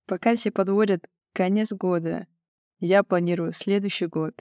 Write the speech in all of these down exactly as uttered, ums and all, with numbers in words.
Пока все подводят конец года, я планирую следующий год.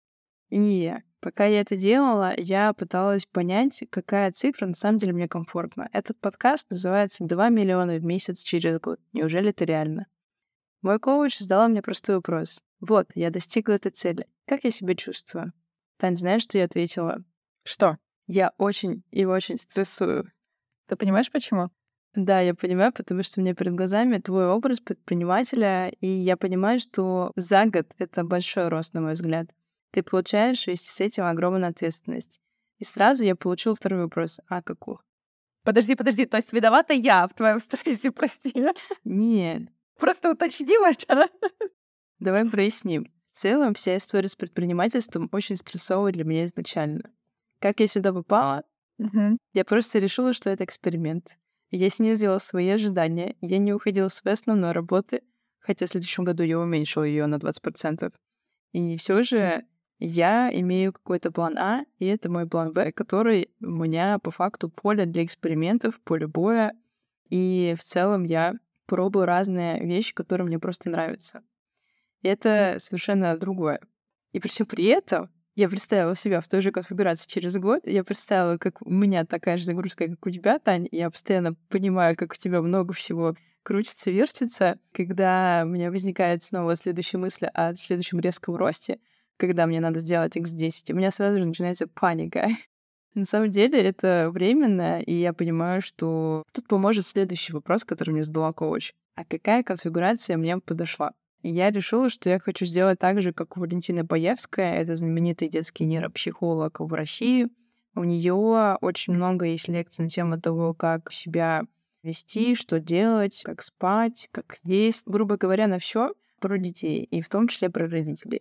И пока я это делала, я пыталась понять, какая цифра на самом деле мне комфортна. Этот подкаст называется «два миллиона в месяц через год». Неужели это реально? Мой коуч задала мне простой вопрос. Вот, я достигла этой цели. Как я себя чувствую? Тань, знаешь, что я ответила? Что? Я очень и очень стрессую. Ты понимаешь, почему? Да, я понимаю, потому что у меня перед глазами твой образ предпринимателя, и я понимаю, что за год это большой рост, на мой взгляд. Ты получаешь вместе с этим огромную ответственность. И сразу я получила второй вопрос. А какую? Подожди, подожди, то есть виновата я в твоем стрессе, прости. Нет, Просто уточним это. давай проясним. В целом, вся история с предпринимательством очень стрессовая для меня изначально. Как я сюда попала? Мгм. Я просто решила, что это эксперимент. Я снизила свои ожидания, я не уходила с своей основной работы, хотя в следующем году я уменьшила ее на двадцать процентов. И все же я имею какой-то план А, и это мой план Б, который у меня по факту поле для экспериментов, поле боя. И в целом я пробую разные вещи, которые мне просто нравятся. И это совершенно другое. И при всем при этом я представила себя в той же конфигурации через год. Я представила, как у меня такая же загрузка, как у тебя, Тань. И я постоянно понимаю, как у тебя много всего крутится, вертится, когда у меня возникает снова следующая мысль о следующем резком росте, когда мне надо сделать икс десять. У меня сразу же начинается паника. На самом деле это временно, и я понимаю, что тут поможет следующий вопрос, который мне задала коуч. А какая конфигурация мне подошла? И я решила, что я хочу сделать так же, как у Валентины Боевская. Это знаменитый детский нейропсихолог в России. У нее очень много есть лекций на тему того, как себя вести, что делать, как спать, как есть. Грубо говоря, на все про детей, и в том числе про родителей.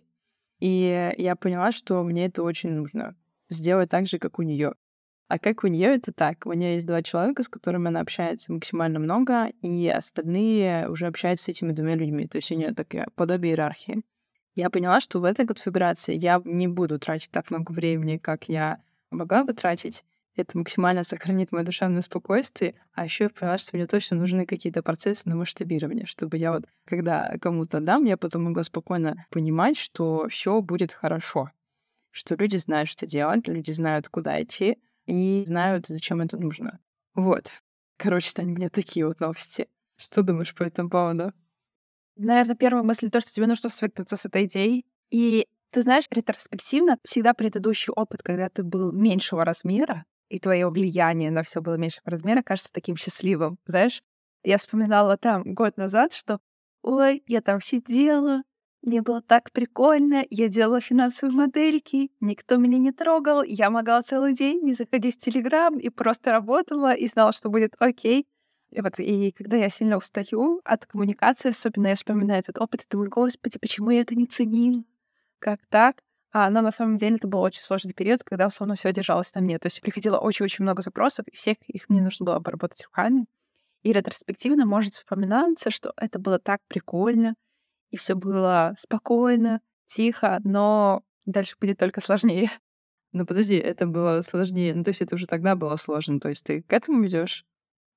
И я поняла, что мне это очень нужно. Сделать так же, как у нее. А как у нее это так? У нее есть два человека, с которыми она общается максимально много, и остальные уже общаются с этими двумя людьми. То есть у нее такая подобие иерархии. Я поняла, что в этой конфигурации я не буду тратить так много времени, как я могла бы тратить. Это максимально сохранит мое душевное спокойствие. А еще я поняла, что мне точно нужны какие-то процессы на масштабирование, чтобы я вот, когда кому-то дам, я потом могла спокойно понимать, что все будет хорошо, что люди знают, что делать, люди знают, куда идти, и знают, зачем это нужно. Вот. Короче, Тань, у меня такие вот новости. Что думаешь по этому поводу? Наверное, первая мысль то, что тебе нужно свыкнуться с этой идеей. И ты знаешь, ретроспективно всегда предыдущий опыт, когда ты был меньшего размера, и твое влияние на все было меньшего размера, кажется таким счастливым. Знаешь, я вспоминала там год назад, что ой, я там сидела, мне было так прикольно, я делала финансовые модельки, никто меня не трогал, я могла целый день не заходить в Телеграм и просто работала и знала, что будет окей. И вот, и когда я сильно устаю от коммуникации, особенно я вспоминаю этот опыт, и думаю, господи, почему я это не ценила? Как так? А, но на самом деле это был очень сложный период, когда условно все держалось на мне. То есть приходило очень-очень много запросов, и всех их мне нужно было обработать руками. И ретроспективно может вспоминаться, что это было так прикольно, и все было спокойно, тихо, но дальше будет только сложнее. Ну подожди, это было сложнее. Ну, то есть это уже тогда было сложно. То есть ты к этому ведешь?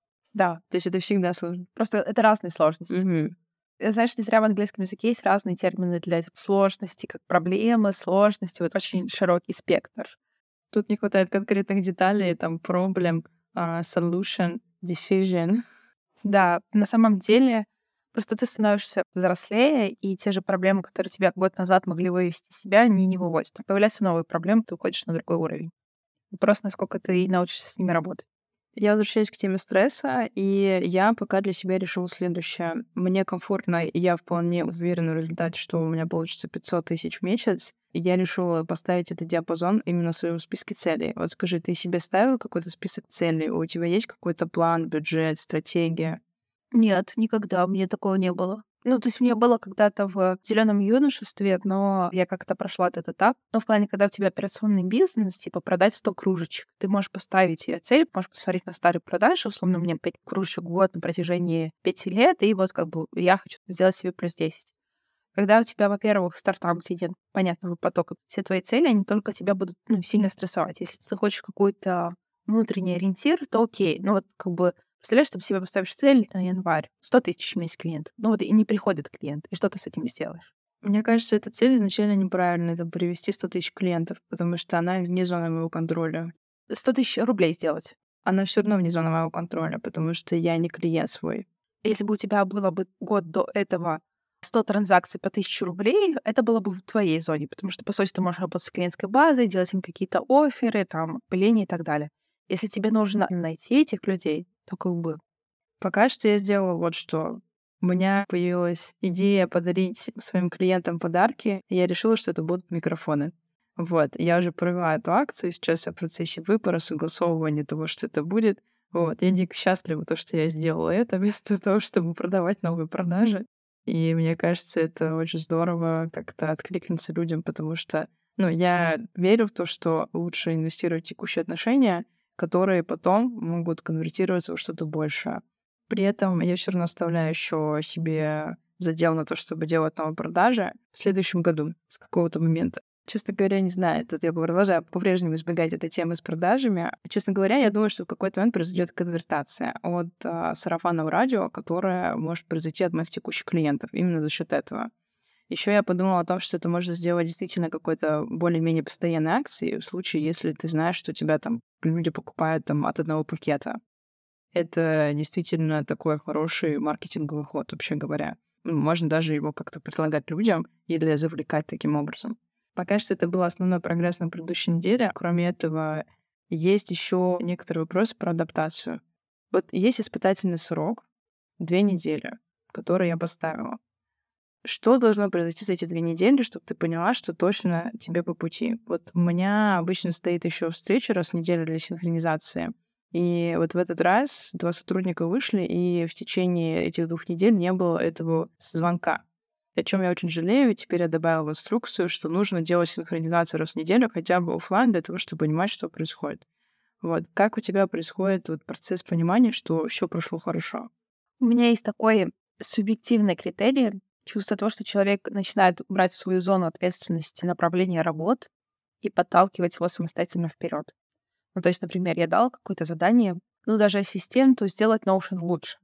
Да, То есть это всегда сложно. просто это разные сложности. Мгм. Э, Знаешь, не зря в английском языке есть разные термины для этих сложностей, как проблемы, сложности, вот очень широкий спектр. Тут не хватает конкретных деталей, там, problem, а, solution, decision. Да, на самом деле, просто ты становишься взрослее, и те же проблемы, которые тебя год назад могли вывести из себя, они не выводят. Появляются новые проблемы, ты уходишь на другой уровень. Просто насколько ты научишься с ними работать. Я возвращаюсь к теме стресса, и я пока для себя решила следующее. Мне комфортно, и я вполне уверена в результате, что у меня получится пятьсот тысяч в месяц. И я решила поставить этот диапазон именно в своем списке целей. Вот скажи, ты себе ставил какой-то список целей? У тебя есть какой-то план, бюджет, стратегия? Нет, никогда у меня такого не было. Ну, то есть у меня было когда-то в зеленом юношестве, но я как-то прошла этот этап. Но в плане, когда у тебя операционный бизнес, типа продать сто кружечек, ты можешь поставить себе цель, можешь посмотреть на старые продажи, условно, у меня пять кружечек в год на протяжении пяти лет, и вот как бы я хочу сделать себе плюс десять. Когда у тебя, во-первых, стартап, где нет понятного потока, все твои цели, они только тебя будут ну, сильно стрессовать. Если ты хочешь какой-то внутренний ориентир, то окей. Ну вот как бы Представляешь, ты себе поставишь цель на январь, сто тысяч в месяц клиентов. Ну вот и не приходит клиент. И что ты с этим сделаешь? Мне кажется, эта цель изначально неправильная. Это привести сто тысяч клиентов, потому что она вне зоны моего контроля. сто тысяч рублей сделать. Она все равно вне зоны моего контроля, потому что я не клиент свой. Если бы у тебя было бы год до этого сто транзакций по тысяче рублей, это было бы в твоей зоне, потому что, по сути, ты можешь работать с клиентской базой, делать им какие-то офферы, там, опыление и так далее. Если тебе нужно найти этих людей, то как бы... Пока что я сделала вот что. У меня появилась идея подарить своим клиентам подарки, и я решила, что это будут микрофоны. Вот, я уже провела эту акцию, сейчас я в процессе выбора, согласовывания того, что это будет. Вот, я дико счастлива, то, что я сделала это, вместо того, чтобы продавать новые продажи. И мне кажется, это очень здорово как-то откликнется людям, потому что, ну, я верю в то, что лучше инвестировать в текущие отношения, которые потом могут конвертироваться в что-то большее. При этом я все равно оставляю еще себе задел на то, чтобы делать новые продажи в следующем году с какого-то момента. Честно говоря, не знаю, это я продолжаю по-прежнему избегать этой темы с продажами. Честно говоря, я думаю, что в какой-то момент произойдет конвертация от а, сарафанного радио, которая может произойти от моих текущих клиентов именно за счет этого. Еще я подумала о том, что это можно сделать действительно какой-то более-менее постоянной акцией в случае, если ты знаешь, что у тебя там люди покупают там от одного пакета. Это действительно такой хороший маркетинговый ход, вообще говоря. Ну, можно даже его как-то предлагать людям или завлекать таким образом. Пока что это был основной прогресс на предыдущей неделе. Кроме этого, есть еще некоторые вопросы про адаптацию. Вот есть испытательный срок, две недели, который я поставила. Что должно произойти за эти две недели, чтобы ты поняла, что точно тебе по пути? Вот у меня обычно стоит еще встреча раз в неделю для синхронизации. И вот в этот раз два сотрудника вышли, и в течение этих двух недель не было этого звонка. О чем я очень жалею. Теперь я добавила в инструкцию, что нужно делать синхронизацию раз в неделю, хотя бы офлайн, для того, чтобы понимать, что происходит. Вот. Как у тебя происходит вот процесс понимания, что все прошло хорошо? У меня есть такой субъективный критерий, чувство того, что человек начинает брать в свою зону ответственности направление работ и подталкивать его самостоятельно вперед. Ну, то есть, например, я дала какое-то задание, ну, даже ассистенту сделать Notion лучше.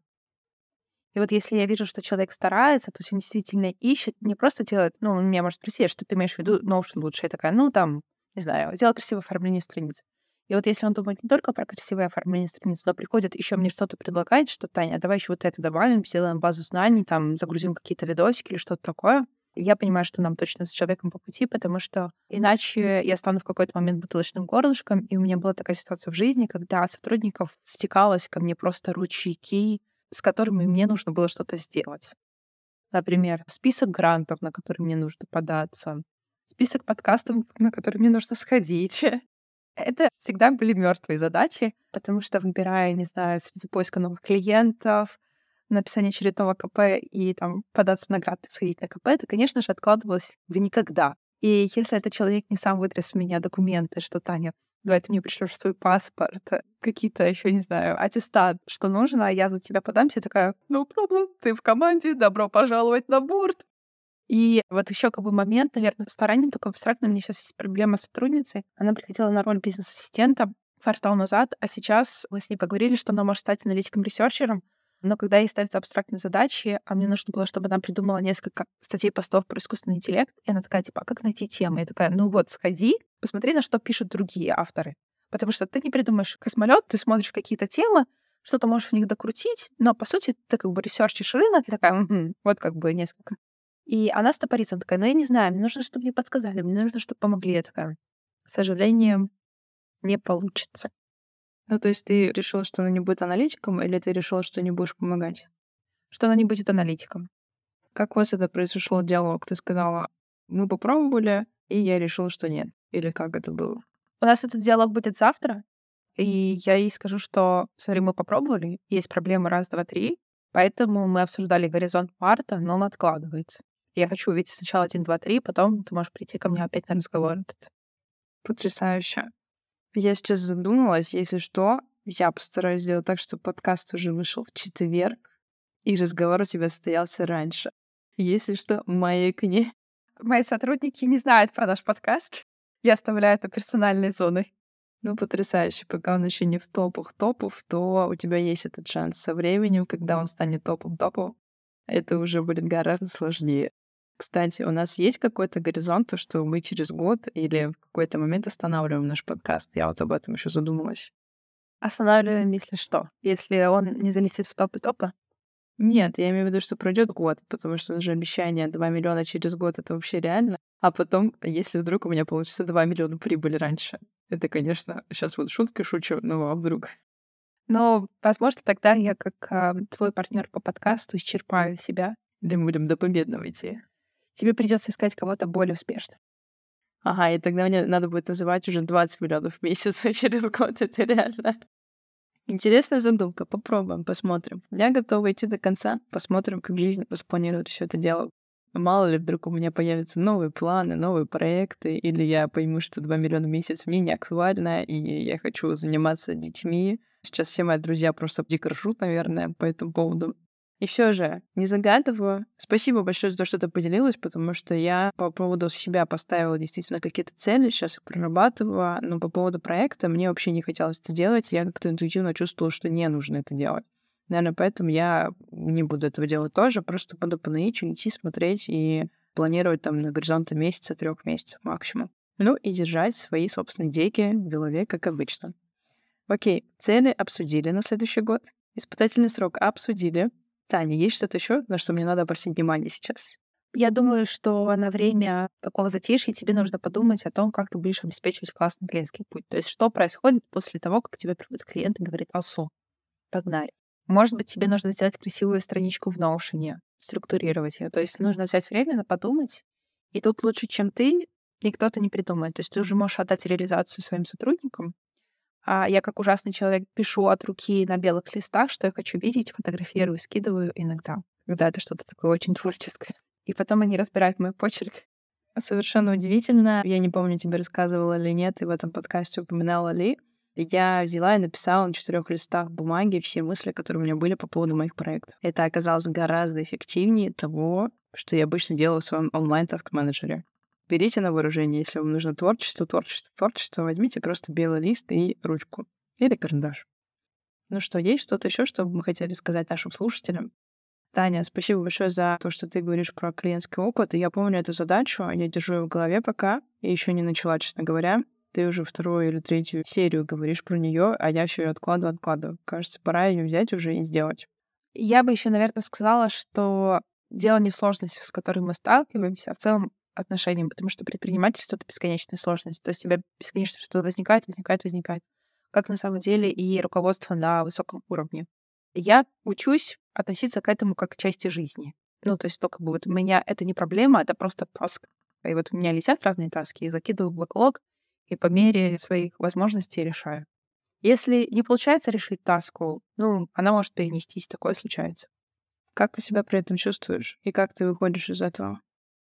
И вот если я вижу, что человек старается, то есть он действительно ищет, не просто делает, ну, он меня может спросить, что ты имеешь в виду Notion лучше. Я такая, ну, там, не знаю, сделать красивое оформление страниц. И вот если он думает не только про красивое оформление страниц, но приходит еще мне что-то предлагает, что, Таня, давай еще вот это добавим, сделаем базу знаний, там, загрузим какие-то видосики или что-то такое, я понимаю, что нам точно с человеком по пути, потому что иначе я стану в какой-то момент бутылочным горлышком, и у меня была такая ситуация в жизни, когда от сотрудников стекалось ко мне просто ручейки, с которыми мне нужно было что-то сделать. Например, список грантов, на которые мне нужно податься, список подкастов, на которые мне нужно сходить. Это всегда были мертвые задачи, потому что, выбирая, не знаю, среди поиска новых клиентов, написание очередного КП и там податься на грант и сходить на КП, это, конечно же, откладывалось в никогда. И если этот человек не сам вытряс с меня документы, что, Таня, давай ты мне пришлешь свой паспорт, какие-то еще, не знаю, аттестат, что нужно, а я за тебя подамся, такая, no problem, ты в команде, добро пожаловать на борт. И вот еще как бы момент, наверное, старанием такой абстрактный. У меня сейчас есть проблема с сотрудницей. Она приходила на роль бизнес-ассистента квартал назад, а сейчас мы с ней поговорили, что она может стать аналитиком-ресерчером. Но когда ей ставятся абстрактные задачи, а мне нужно было, чтобы она придумала несколько статей, постов про искусственный интеллект, и она такая, типа, а как найти темы? Я такая, ну вот, сходи, посмотри, на что пишут другие авторы. Потому что ты не придумаешь космолет, ты смотришь какие-то темы, что-то можешь в них докрутить, но, по сути, ты как бы ресерчишь рынок, и такая, угу, вот как бы несколько. И она стопорится, она такая, ну я не знаю, мне нужно, чтобы мне подсказали, мне нужно, чтобы помогли. Я такая, к сожалению, не получится. Ну, то есть ты решила, что она не будет аналитиком, или ты решила, что не будешь помогать? Что она не будет аналитиком. Как у вас это произошло, диалог? Ты сказала, мы попробовали, и я решила, что нет. Или как это было? У нас этот диалог будет завтра, и я ей скажу, что, смотри, мы попробовали, есть проблемы раз, два, три, поэтому мы обсуждали горизонт марта, но он откладывается. Я хочу увидеть сначала один, два, три, потом ты можешь прийти ко мне опять на разговор этот. Потрясающе. Я сейчас задумалась, если что, я постараюсь сделать так, чтобы подкаст уже вышел в четверг, и разговор у тебя состоялся раньше. Если что, маякни. Мои сотрудники не знают про наш подкаст. Я оставляю это персональной зоной. Ну, потрясающе. Пока он еще не в топах топов, то у тебя есть этот шанс. Со временем, когда он станет топом топов, это уже будет гораздо сложнее. Кстати, у нас есть какой-то горизонт, то, что мы через год или в какой-то момент останавливаем наш подкаст? Я вот об этом еще задумалась. Останавливаем, если что. Если он не залетит в топы топа. Нет, я имею в виду, что пройдет год, потому что уже обещание два миллиона через год — это вообще реально. А потом, если вдруг у меня получится два миллиона прибыли раньше, это, конечно, сейчас вот шуткой шучу, но а вдруг? Но, возможно, тогда я как а, твой партнер по подкасту исчерпаю себя. Или мы будем до победного идти? Тебе придется искать кого-то более успешного. Ага, и тогда мне надо будет называть уже двадцать миллионов в месяц через год, это реально. Интересная задумка, попробуем, посмотрим. Я готова идти до конца, посмотрим, как жизнь распланирует все это дело. Мало ли, вдруг у меня появятся новые планы, новые проекты, или я пойму, что два миллиона в месяц мне не актуально, и я хочу заниматься детьми. Сейчас все мои друзья просто дико ржут, наверное, по этому поводу. И все же, не загадываю. Спасибо большое за то, что ты поделилась, потому что я по поводу себя поставила действительно какие-то цели, сейчас их прорабатываю, но по поводу проекта мне вообще не хотелось это делать, я как-то интуитивно чувствовала, что не нужно это делать. Наверное, поэтому я не буду этого делать тоже, просто буду по наитию идти, смотреть и планировать там на горизонте месяца, трех месяцев максимум. Ну и держать свои собственные идейки в голове, как обычно. Окей, цели обсудили на следующий год. Испытательный срок обсудили. Таня, есть что-то еще, на что мне надо обратить внимание сейчас? Я думаю, что на время такого затишья тебе нужно подумать о том, как ты будешь обеспечивать классный клиентский путь. То есть что происходит после того, как тебе приходит клиент и говорит: «Алсу, погнали». Может быть, тебе нужно сделать красивую страничку в Notion, структурировать ее. То есть нужно взять время на подумать, и тут лучше, чем ты, никто-то не придумает. То есть ты уже можешь отдать реализацию своим сотрудникам. А я, как ужасный человек, пишу от руки на белых листах, что я хочу видеть, фотографирую, скидываю иногда, когда это что-то такое очень творческое. И потом они разбирают мой почерк. Совершенно удивительно. Я не помню, тебе рассказывала или нет, и в этом подкасте упоминала ли. Я взяла и написала на четырех листах бумаги все мысли, которые у меня были по поводу моих проектов. Это оказалось гораздо эффективнее того, что я обычно делала в своем онлайн-таск-менеджере. Берите на вооружение, если вам нужно творчество, творчество, творчество, возьмите просто белый лист и ручку. Или карандаш. Ну что, есть что-то еще, что бы мы хотели сказать нашим слушателям? Таня, спасибо большое за то, что ты говоришь про клиентский опыт. И я помню эту задачу, я держу ее в голове пока, и еще не начала, честно говоря. Ты уже вторую или третью серию говоришь про нее, а я все ее откладываю, откладываю. Кажется, пора ее взять уже и сделать. Я бы еще, наверное, сказала, что дело не в сложности, с которой мы сталкиваемся, а в целом отношениям, потому что предпринимательство — это бесконечная сложность. То есть у тебя бесконечно что-то возникает, возникает, возникает. Как на самом деле и руководство на высоком уровне. Я учусь относиться к этому как к части жизни. Ну, то есть только бы вот у меня это не проблема, это просто таск. И вот у меня летят разные таски, и закидываю в бэклог, и по мере своих возможностей решаю. Если не получается решить таску, ну, она может перенестись, такое случается. Как ты себя при этом чувствуешь? И как ты выходишь из этого?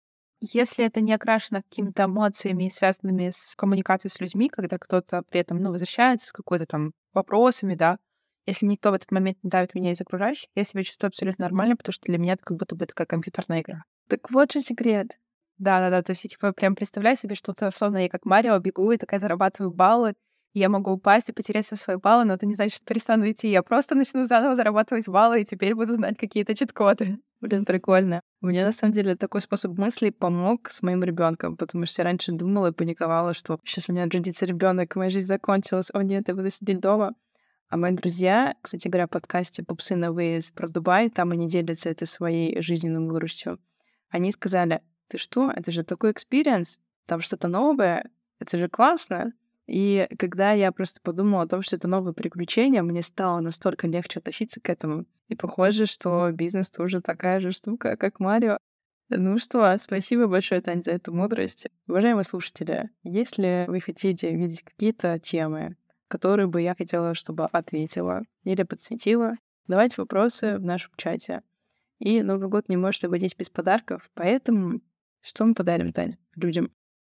Если это не окрашено какими-то эмоциями, связанными с коммуникацией с людьми, когда кто-то при этом, ну, возвращается с какой-то там вопросами, да, если никто в этот момент не давит меня из окружающих, я себя чувствую абсолютно нормально, потому что для меня это как будто бы такая компьютерная игра. Так вот же секрет. Да-да-да, то есть я типа прям представляю себе, что то условно я как Марио бегу и такая зарабатываю баллы, и я могу упасть и потерять все свои баллы, но это не значит, что перестану идти. Я просто начну заново зарабатывать баллы, и теперь буду знать какие-то чит-коды. Блин, прикольно. Мне на самом деле такой способ мысли помог с моим ребенком, потому что я раньше думала и паниковала, что сейчас у меня родится ребенок, моя жизнь закончилась, о нет, я буду сидеть дома. А мои друзья, кстати говоря, в подкасте «Пупсы на выезд» про Дубай, там они делятся этой своей жизненной грустью. Они сказали: ты что, это же такой экспириенс, там что-то новое, это же классно. И когда я просто подумала о том, что это новые приключения, мне стало настолько легче относиться к этому. И похоже, что бизнес тоже такая же штука, как Марио. Ну что, спасибо большое, Тань, за эту мудрость. Уважаемые слушатели, если вы хотите видеть какие-то темы, которые бы я хотела, чтобы ответила или подсветила, давайте вопросы в нашем чате. И Новый год не может обойтись без подарков, поэтому что мы подарим, Тань, людям?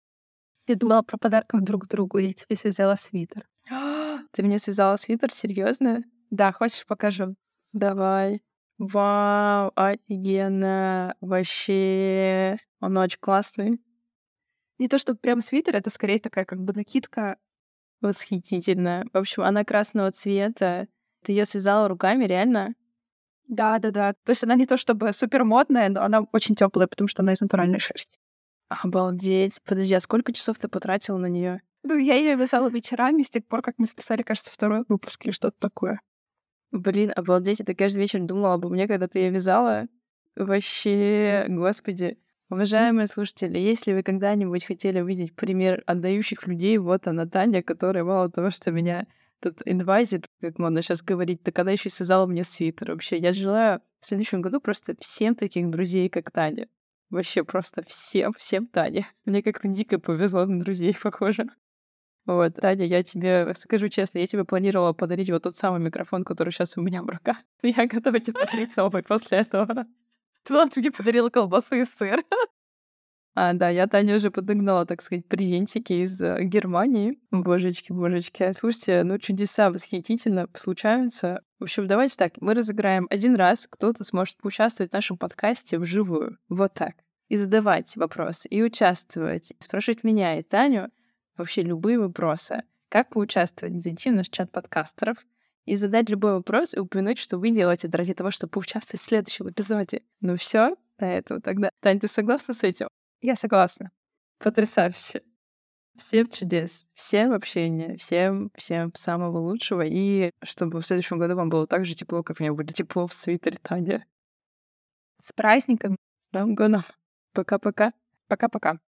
Я думала про подарков друг другу, я тебе связала свитер. Ты мне связала свитер? Серьезно? Да, хочешь, покажу? Давай. Вау, офигенно. Вообще, он очень классный. Не то, что прям свитер, это скорее такая как бы накидка Восхитительно. В общем, она красного цвета. Ты ее связала руками, реально? Да-да-да. То есть она не то чтобы супер модная, но она очень теплая, потому что она из натуральной шерсти. Обалдеть. Подожди, а сколько часов ты потратила на нее? Ну, я ее вязала вечерами с тех пор, как мы записали, кажется, второй выпуск или что-то такое. Блин, обалдеть. Ты каждый вечер думала обо мне, когда ты ее вязала? Вообще, господи. Уважаемые слушатели, если вы когда-нибудь хотели увидеть пример отдающих людей, вот она, Таня, которая мало того, что меня тут инвазит, как модно сейчас говорить, так она еще связала мне свитер. Вообще, я желаю в следующем году просто всем таких друзей, как Таня. Вообще просто всем, всем Таня. Мне как-то дико повезло на друзей, похоже. Вот, Таня, я тебе скажу честно, я тебе планировала подарить вот тот самый микрофон, который сейчас у меня в руках. Я готова тебе подарить новый после этого. Ты мне подарила колбасу и сыр. А, да, я Тане уже подогнала, так сказать, презентики из э, Германии. Божечки, божечки. Слушайте, ну чудеса восхитительно случаются. В общем, давайте так, мы разыграем один раз, кто-то сможет поучаствовать в нашем подкасте вживую. Вот так. И задавать вопросы, и участвовать, и спрашивать меня и Таню вообще любые вопросы. Как поучаствовать? Зайти в наш чат подкастеров и задать любой вопрос и упомянуть, что вы делаете ради того, чтобы поучаствовать в следующем эпизоде. Ну все, до этого тогда. Тань, ты согласна с этим? Я согласна. Потрясающе. Всем чудес, всем общения, всем, всем самого лучшего. И чтобы в следующем году вам было так же тепло, как мне будет тепло в свитере Таня. С праздником. С Новым годом. Пока-пока. Пока-пока.